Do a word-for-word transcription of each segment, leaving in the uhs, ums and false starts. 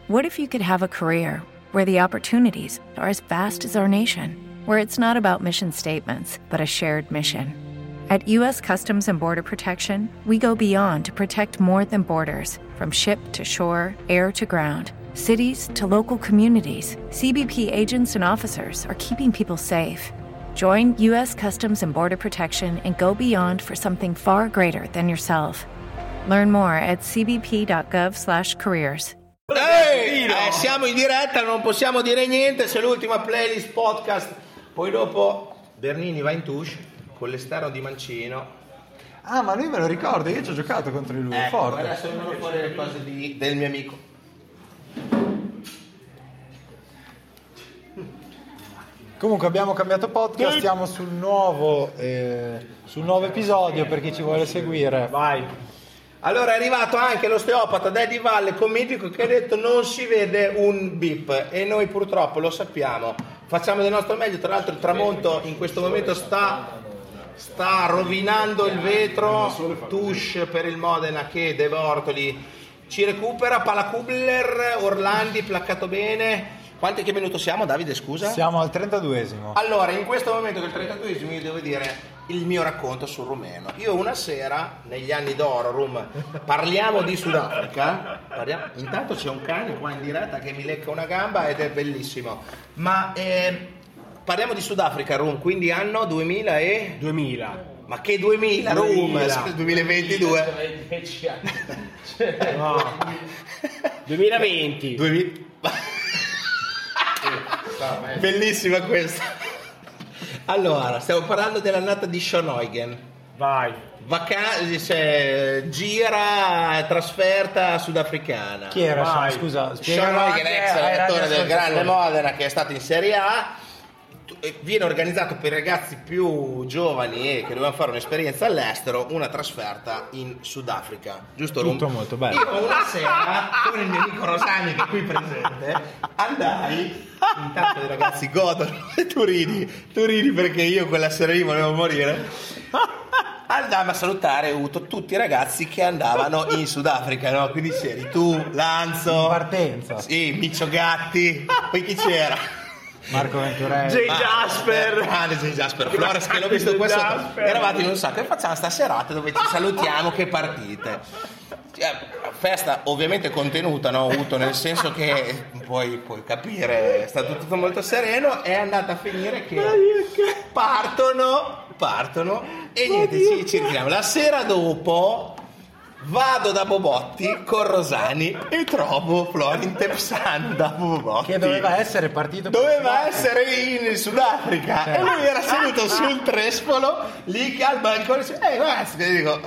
What if you could have a career where the opportunities are as vast as our nation, where it's not about mission statements, but a shared mission? At U S Customs and Border Protection, we go beyond to protect more than borders. From ship to shore, air to ground, cities to local communities, C B P agents and officers are keeping people safe. Join U S Customs and Border Protection and go beyond for something far greater than yourself. Learn more at cbp.gov slash careers. Ehi, eh, siamo in diretta, non possiamo dire niente, c'è l'ultima playlist podcast. Poi dopo Bernini va in touche con l'esterno di Mancino. Ah, ma lui me lo ricordo, io ci ho giocato contro lui, ecco, forte. Adesso vengono fuori le cose di, del mio amico. Comunque abbiamo cambiato podcast, stiamo sul nuovo, eh, sul nuovo episodio per chi ci vuole seguire. Vai. Allora è arrivato anche l'osteopata Daddy Valle Comedico che ha detto non si vede un bip e noi purtroppo lo sappiamo, facciamo del nostro meglio. Tra l'altro il tramonto in questo momento sta sta rovinando il vetro. Touche per il Modena che De Bortoli ci recupera. Palla Kubler, Orlandi placcato bene. Quanti che minuto siamo, Davide, scusa? Siamo al trentaduesimo. Allora, in questo momento del trentaduesimo io devo dire il mio racconto sul rumeno. Io una sera, negli anni d'oro, Rum, parliamo di Sudafrica. Parliamo... Intanto c'è un cane qua in diretta che mi lecca una gamba ed è bellissimo. Ma eh, parliamo di Sudafrica, Rum, quindi anno duemila e... duemila. Ma che duemila, Rum? duemilaventidue. No. duemilaventi. duemila... Bellissima questa. Allora, stiamo parlando dell'annata di Sean Huygen. Vai. Vaca- cioè, gira trasferta sudafricana. Chi era? Vai. Scusa, Sean Huygen, ex allenatore del grande Modena che è stato in Serie A. Viene organizzato per i ragazzi più giovani e che dovevano fare un'esperienza all'estero, una trasferta in Sudafrica, giusto? Tutto Rum? molto bello. Io una sera con il mio amico Rosani che è qui presente andai, intanto i ragazzi godono e tu ridi, tu ridi perché io quella sera lì volevo morire. Andavamo a salutare Uto, tutti i ragazzi che andavano in Sudafrica, no? Quindi c'eri tu, Lanzo, in partenza. Sì, Miccio Gatti, poi chi c'era? Marco Venturelli, Jay Jasper, grande Jay Jasper, Flores che l'ho visto questo, eravate in un sacco e facciamo sta serata dove ci salutiamo che partite. Festa ovviamente contenuta, no? Uto, nel senso che puoi, puoi capire, è stato tutto molto sereno, è andata a finire che partono, partono e niente, ci, ci ritiriamo. La sera dopo vado da Bobotti con Rosani e trovo Florin Tepsan da Bobotti che doveva essere partito doveva essere in Sudafrica, certo. E lui era seduto sul trespolo lì che al bancone dice, ehi ragazzi, che dico,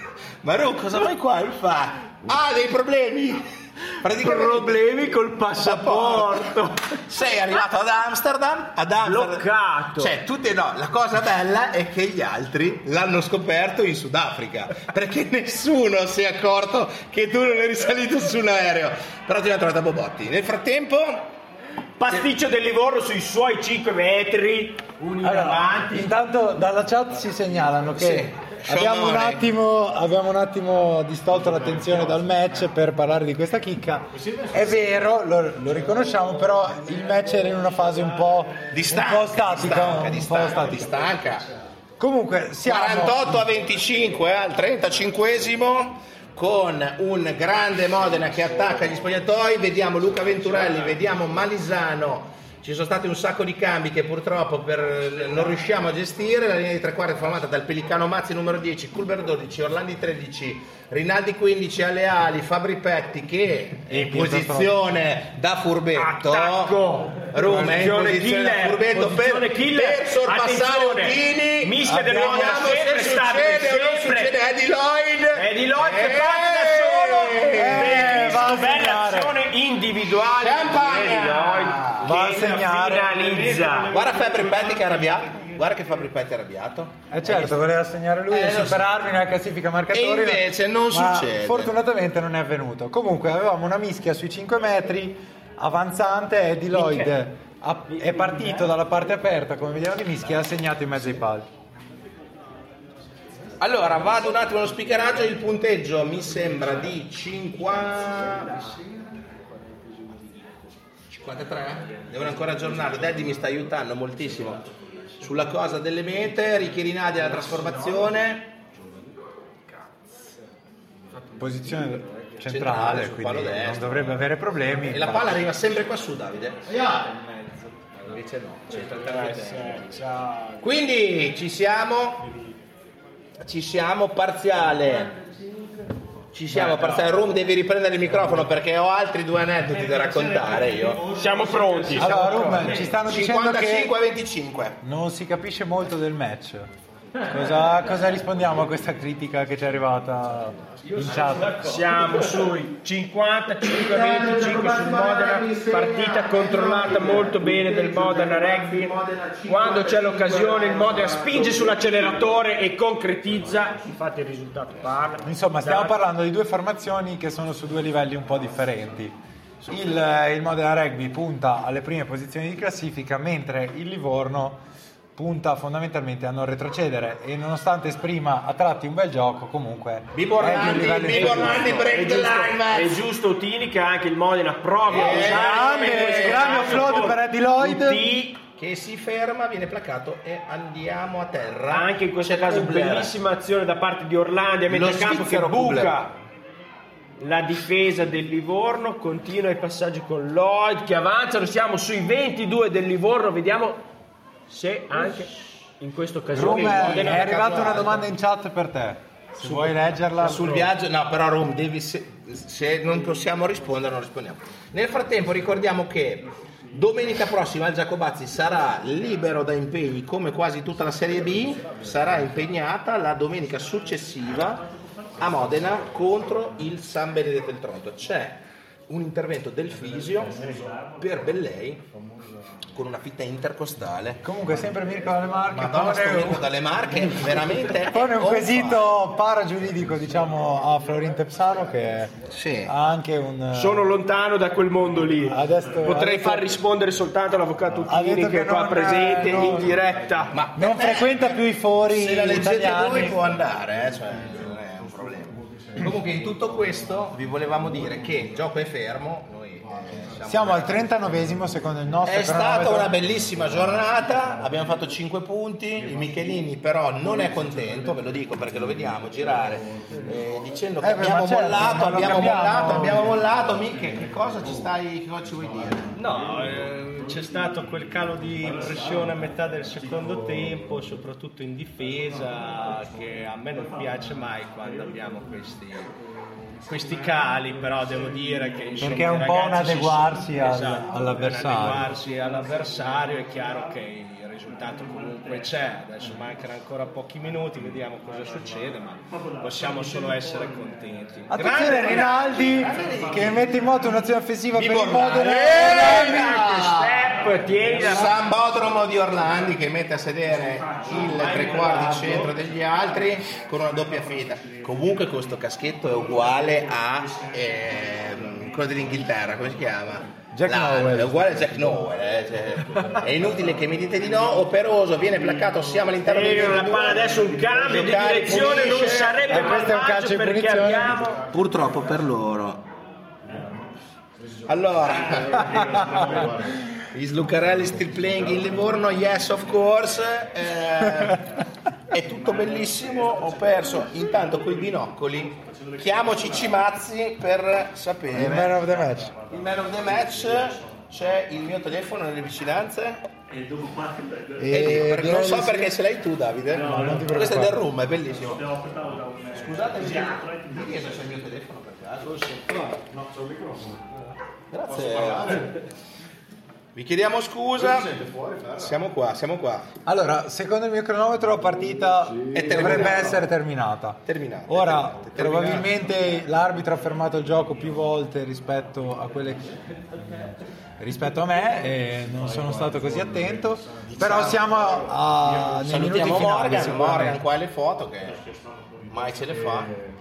ma Ru, cosa fai qua? E fa, ah, dei problemi problemi col passaporto. Sei arrivato ad Amsterdam, ad Amsterdam bloccato. Cioè, tutte no, la cosa bella è che gli altri l'hanno scoperto in Sudafrica, perché nessuno si è accorto che tu non eri salito su un aereo. Però ti abbiamo trovato a Bobotti. Nel frattempo pasticcio del Livorno sui suoi cinque metri, uni allora, davanti. Intanto dalla chat ci segnalano che sì, abbiamo, un attimo, abbiamo un attimo distolto l'attenzione dal match per parlare di questa chicca. È vero, lo, lo riconosciamo, però il match era in una fase un po', distanca, un po' statica, distanca, un distanca, po' statica. distanca. Comunque siamo quarantotto a venticinque eh, al trentacinquesimo con un grande Modena che attacca gli spogliatoi. Vediamo Luca Venturelli, vediamo Malisano. Ci sono stati un sacco di cambi che purtroppo per, non riusciamo a gestire. La linea di tre quarti è formata dal Pelicano Mazzi numero dieci, Culber dodici, Orlandi tredici, Rinaldi quindici alle ali, Fabri Petti che è in posizione da furbetto, attacco, Roma è in posizione killer, da furbetto per, per sorpassare Udini. Mischia del Vediamo se succede o non succede. Eddie Lloyd Eddie Lloyd che parte da solo, eh, va a bella azione individuale Campagna, va a segnare, finalizza. Guarda Fabri Petti che è arrabbiato. Guarda che Fabri Petti è arrabbiato. Eh certo, voleva segnare lui eh, e superarmi nella classifica marcatori. E invece non succede. Fortunatamente non è avvenuto. Comunque avevamo una mischia sui cinque metri avanzante. Eddie Lloyd è partito dalla parte aperta, come vediamo di mischia, e ha segnato in mezzo ai pali. Allora, vado un attimo allo speakeraggio. Il punteggio mi sembra di cinquanta. cinquantatré? Devono ancora aggiornarlo. Daddy mi sta aiutando moltissimo sulla cosa delle mete. Richierinà della trasformazione. Posizione centrale, Centrale, sul quindi palo non destro. dovrebbe avere problemi. E la palla arriva sempre qua su, Davide. Invece no. Quindi ci siamo. Ci siamo, parziale. Ci siamo, parziale. Room, devi riprendere il microfono perché ho altri due aneddoti da raccontare io. Siamo pronti. Allora, Rum, ci stanno dicendo cinquantacinque a che venticinque. non si capisce molto del match. Cosa, cosa rispondiamo a questa critica che ci è arrivata in chat? Siamo sui cinquantacinque a venticinque sul Modena, partita controllata molto bene del Modena Rugby. Quando c'è l'occasione il Modena spinge sull'acceleratore e concretizza, infatti il risultato parla. Insomma, stiamo parlando di due formazioni che sono su due livelli un po' differenti. Il, il Modena Rugby punta alle prime posizioni di classifica, mentre il Livorno punta fondamentalmente a non retrocedere, e nonostante esprima a tratti un bel gioco, comunque Bibo è di un livello Orlandi, Bibo inferiore. Orlandi, break È the giusto, line, è giusto Utini che anche il Modena provi a Eh, usare grande, grande offload per Eddie Lloyd. Uti, che si ferma, viene placato e andiamo a terra. anche in questo C'è caso Kubler. bellissima azione da parte di Orlandi a Lo mettere campo che svizzero buca la difesa del Livorno, continua i passaggi con Lloyd che avanzano, siamo sui ventidue del Livorno, vediamo se anche in questa occasione Rum, il è Modena- è arrivata una domanda in chat per te, se vuoi leggerla. Sul viaggio, no, però Rom, devi, se, se non possiamo rispondere, non rispondiamo. Nel frattempo ricordiamo che domenica prossima il Giacobazzi sarà libero da impegni come quasi tutta la Serie B, sarà impegnata la domenica successiva a Modena contro il San Benedetto del Tronto. C'è un intervento del fisio per Bellei con una fitta intercostale. Comunque sempre Mirko dalle Marche. Madonna, sto pone venendo un, dalle Marche, veramente. pone un on quesito paragiuridico, diciamo, a Florin Tepsano, che Sì. ha anche un... sono lontano da quel mondo lì. Adesso- Potrei adesso- far rispondere soltanto l'avvocato Ha Utini detto che che è qua non- presente non- in diretta. Ma non frequenta più i fori se la leggete italiani. voi può andare, eh, cioè non è un problema. Comunque in tutto questo vi volevamo dire che il gioco è fermo, noi eh, siamo, Siamo al trentanovesimo secondo il nostro è stata cronometro. una bellissima giornata, abbiamo fatto cinque punti, il Michelini però non è contento, ve lo dico perché lo vediamo girare eh, dicendo che Eh, beh, abbiamo ma certo, mollato, ma lo abbiamo capiamo. mollato, abbiamo mollato. Miche, che cosa ci stai, che cosa ci vuoi dire? No, eh, c'è stato quel calo di pressione a metà del secondo tempo, soprattutto in difesa, che a me non piace mai quando abbiamo questi, questi cali, però devo dire che insomma, Perché è un i po' un ragazzi si- adeguarsi al- esatto, all'avversario. un adeguarsi all'avversario, è chiaro che il risultato comunque c'è, adesso mancano ancora pochi minuti, vediamo cosa succede, ma possiamo solo essere contenti. Attenzione Grande- Rinaldi che mette in moto un'azione offensiva per il Bibornale. Modena. Step, tieni la Sambodromo di Orlandi che mette a sedere il tre quarti centro degli altri con una doppia fita. Comunque questo caschetto è uguale a ehm, quello dell'Inghilterra, come si chiama? Jack Là, Nowell. è uguale a Jack Nowell, eh, cioè, è inutile che mi dite di no. Operoso viene placcato, siamo all'interno Tieni del la ventidue. palla adesso, un cambio di Giocare direzione non punisce. sarebbe Eh, questo è un malvagio calcio in perché punizione. abbiamo Purtroppo per loro. Allora, is Lucarelli still playing in Livorno? Yes, of course. Eh, è tutto bellissimo. Ho perso intanto coi binocoli. Chiamo Cicimazzi per sapere. Il man of the match. Il man of the match. C'è il mio telefono nelle vicinanze. E E lì, perché direi non so di sì. perché ce l'hai tu, Davide. non ti Questo è preoccupare. del room, è bellissimo. Scusate, mi chiede se è il mio telefono per caso. Grazie. Vi chiediamo scusa. Siamo qua, siamo qua. Allora, secondo il mio cronometro la partita terminata. dovrebbe essere terminata. Terminata, Ora, terminata, terminata. probabilmente l'arbitro ha fermato il gioco più volte rispetto a quelle rispetto a me e non sono stato così attento, però siamo a, nei minuti Salutiamo finali Morgan, sicuramente. Morgan qua le foto che mai ce le fa.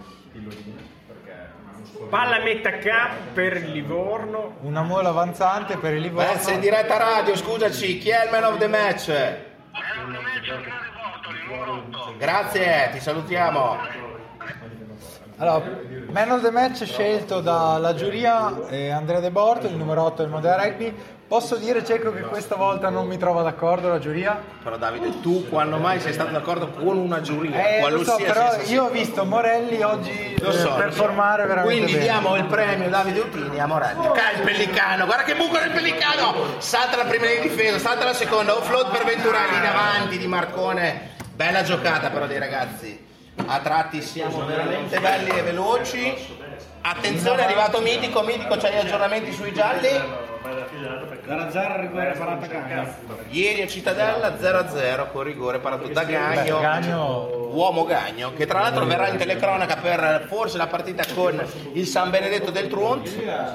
palla metta cap per il Livorno. Una mola avanzante per il Livorno. Benz in diretta radio, scusaci, chi è il man of the match? Grazie, ti salutiamo. Allora, man of the match scelto dalla giuria è Andrea De Borto, il numero otto del Modena Rugby. Posso dire, Cecco, che questa volta non mi trova d'accordo la giuria? Però Davide, tu quando mai sei stato d'accordo con una giuria? Eh, lo so, però io ho visto Morelli oggi lo so, performare veramente quindi bene. diamo il premio Davide Utini a Morelli. Cai il pellicano, guarda che buco del pellicano! Salta la prima linea di difesa, salta la seconda, offload per Venturelli davanti di Marcone. Bella giocata però dei ragazzi. A tratti siamo veramente belli e veloci. Attenzione, è arrivato Mitico, Mitico c'ha gli aggiornamenti sui gialli. Gara zero, rigore parato Gagno. Ieri a Cittadella zero a zero con rigore parato da Gagno, Beh, Gagno, uomo Gagno, che tra l'altro verrà in telecronaca per forse la partita con il San Benedetto del Truont.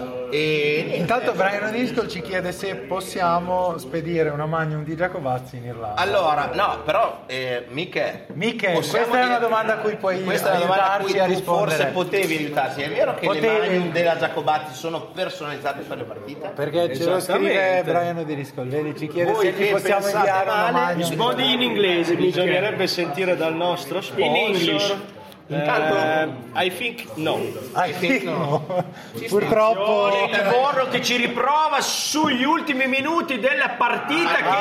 E niente. Intanto Brian O'Driscoll ci chiede se possiamo spedire una magnum di Giacobazzi in Irlanda. Allora, no, però eh, Miche, Miche, possiamo questa è una dire- domanda a cui puoi questa è una domanda a aiutarci cui a tu rispondere. forse potevi aiutarci. È vero che Potevi. le magnum della Giacobazzi sono personalizzate per le partite? Perché ce lo scrive Brian O'Driscoll, vedi, ci chiede Voi se gli che possiamo pensate inviare una male, magnum. Rispondi in inglese, bisognerebbe sentire dal nostro sponsor. In English. Intanto- Eh, I think no. Ah, sì, no. Purtroppo Livorno che ci riprova sugli ultimi minuti della partita che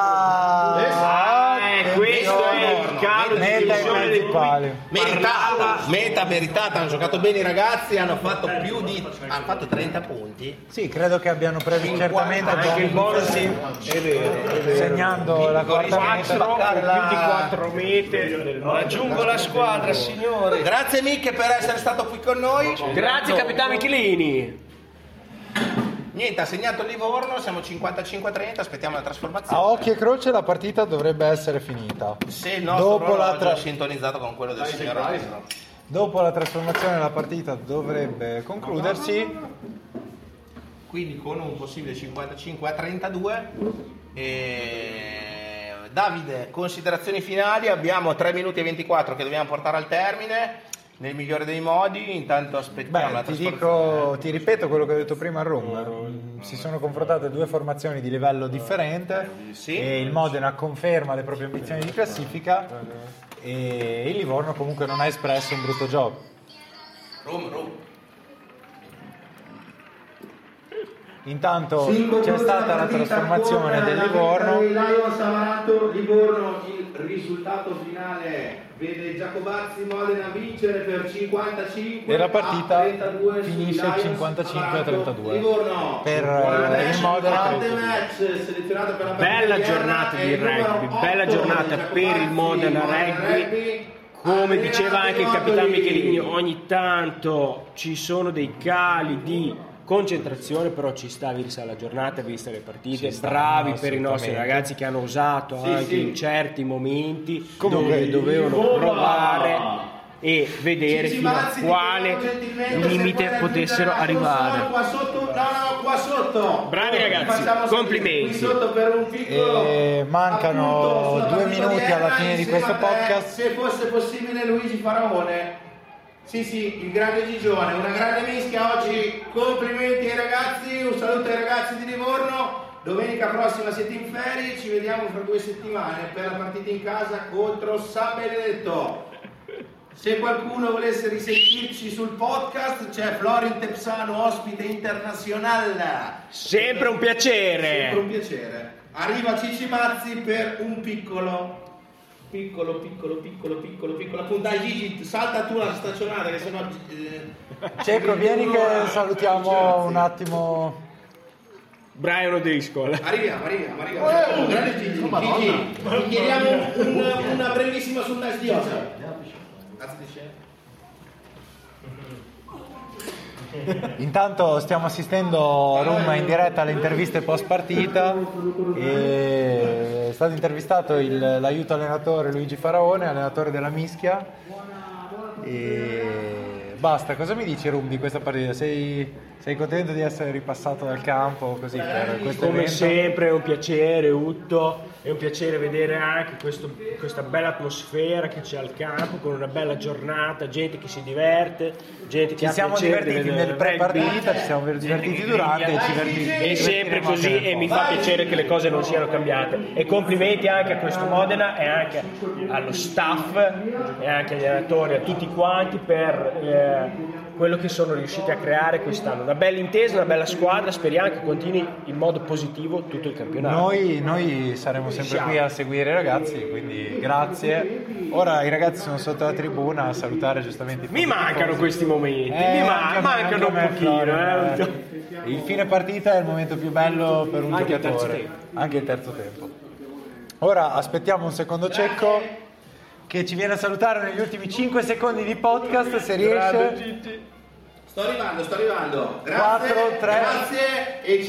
ah, Ah, eh, questo è il attenzione. calo di Meta in divisione mezzi di pali. Meritata, meta meritata, hanno giocato bene i ragazzi, hanno fatto più di hanno fatto trenta punti. Sì, credo che abbiano preso certamente anche il bonus è vero, è vero. segnando la quarta quattro, meta. più di quattro mete. Raggiungo la squadra, signori. Grazie Miche per essere stato qui con noi. Grazie capitano Michelini. Niente, ha segnato il Livorno, siamo cinquantacinque a trenta, aspettiamo la A trasformazione. occhio e croce la partita dovrebbe essere finita. Se il nostro Dopo la, orologio tra- è sintonizzato con quello del signor Rodrigo. dopo la trasformazione la partita dovrebbe concludersi. Quindi con un possibile cinquantacinque a trentadue. E... Davide, considerazioni finali, abbiamo tre minuti e ventiquattro che dobbiamo portare al termine nel migliore dei modi. Intanto aspettiamo la Beh, ti trasformazione. dico, ti ripeto quello che ho detto prima a Roma. Si sono confrontate due formazioni di livello differente Sì. e il Modena conferma le proprie ambizioni di classifica e il Livorno comunque non ha espresso un brutto gioco. Rum, rum. Intanto c'è stata la trasformazione del Livorno. Il Lions ha varato Livorno, il risultato finale vede Giacobazzi Modena vincere per cinquantacinque E la partita a trentadue sui finisce Lions, cinquantacinque a trentadue. Livorno Per, Buona eh, il match, Modena. grande match, selezionato per la partita Bella odierna, giornata è di il numero rugby, otto bella giornata di per il Giacobazzi, Modena Rugby. Rugby. Come diceva anche il capitano Arrivati. Michelini, ogni tanto ci sono dei cali di concentrazione, però ci sta vista la giornata, vista le partite, Ci sta, bravi no, per i nostri assolutamente. ragazzi che hanno usato Sì, anche sì. in certi momenti Comunque, dove dovevano provare e vedere Cici fino a Mazzi, ti quale chiedo gentilmente limite se puoi potessero aggiungere la console arrivare. qua sotto, no no qua sotto. Bravi ragazzi, Facciamo salire complimenti. qui sotto per un piccolo E mancano appunto sulla due partita minuti alla odierna, fine di insieme questo a te, podcast. se fosse possibile Luigi Faraone. Sì sì, il grande Gigione, una grande mischia oggi. Complimenti ai ragazzi, un saluto ai ragazzi di Livorno. Domenica prossima siete in ferie, ci vediamo fra due settimane per la partita in casa contro San Benedetto. Se qualcuno volesse risentirci sul podcast c'è Florin Tepsano, ospite internazionale. Sempre un Sempre piacere. un piacere. Arriva Cici Mazzi per un piccolo, piccolo, piccolo, piccolo, piccolo, piccolo appunto. Dai Gigi, salta tu la staccionata che sennò... Eh, Cecco, vieni che salutiamo un attimo. Brian O'Driscoll. Arriviamo, arriviamo, arriviamo. Oh, grande Gigi. Gigi, ti chiediamo un- una brevissima sul nice di oggi. Intanto stiamo assistendo a Roma in diretta alle interviste post partita e è stato intervistato il, l'aiuto allenatore Luigi Faraone, allenatore della Mischia. E basta, cosa mi dici Rum di questa partita? Sei Sei contento di essere ripassato dal campo così per questo Come evento? sempre è un piacere, Utto, è un piacere vedere anche questo, questa bella atmosfera che c'è al campo, con una bella giornata, gente che si diverte, gente che Ci ha siamo piacere divertiti del nel pre-partita, ci siamo divertiti durante e ci diverti- è sempre divertiremo così anche nel e mi post. fa piacere che le cose non siano cambiate. E complimenti anche a questo Modena e anche allo staff e anche agli allenatori, a tutti quanti per eh, quello che sono riusciti a creare quest'anno. Una bella intesa, una bella squadra, speriamo che continui in modo positivo tutto il campionato. Noi, noi saremo sempre Siamo. qui a seguire i ragazzi, quindi grazie. Ora i ragazzi sono sotto la tribuna a salutare giustamente i Mi tifosi. mancano questi momenti, Eh, mi ma- anche a me, mancano anche a un me, pochino. Florian, Eh. eh. Il fine partita è il momento più bello per un Anche il terzo giocatore, tempo. anche il terzo tempo. Ora aspettiamo un secondo cecco che ci viene a salutare negli ultimi cinque secondi di podcast, se riesce. Sto arrivando, sto arrivando. Grazie, quattro, tre grazie e ci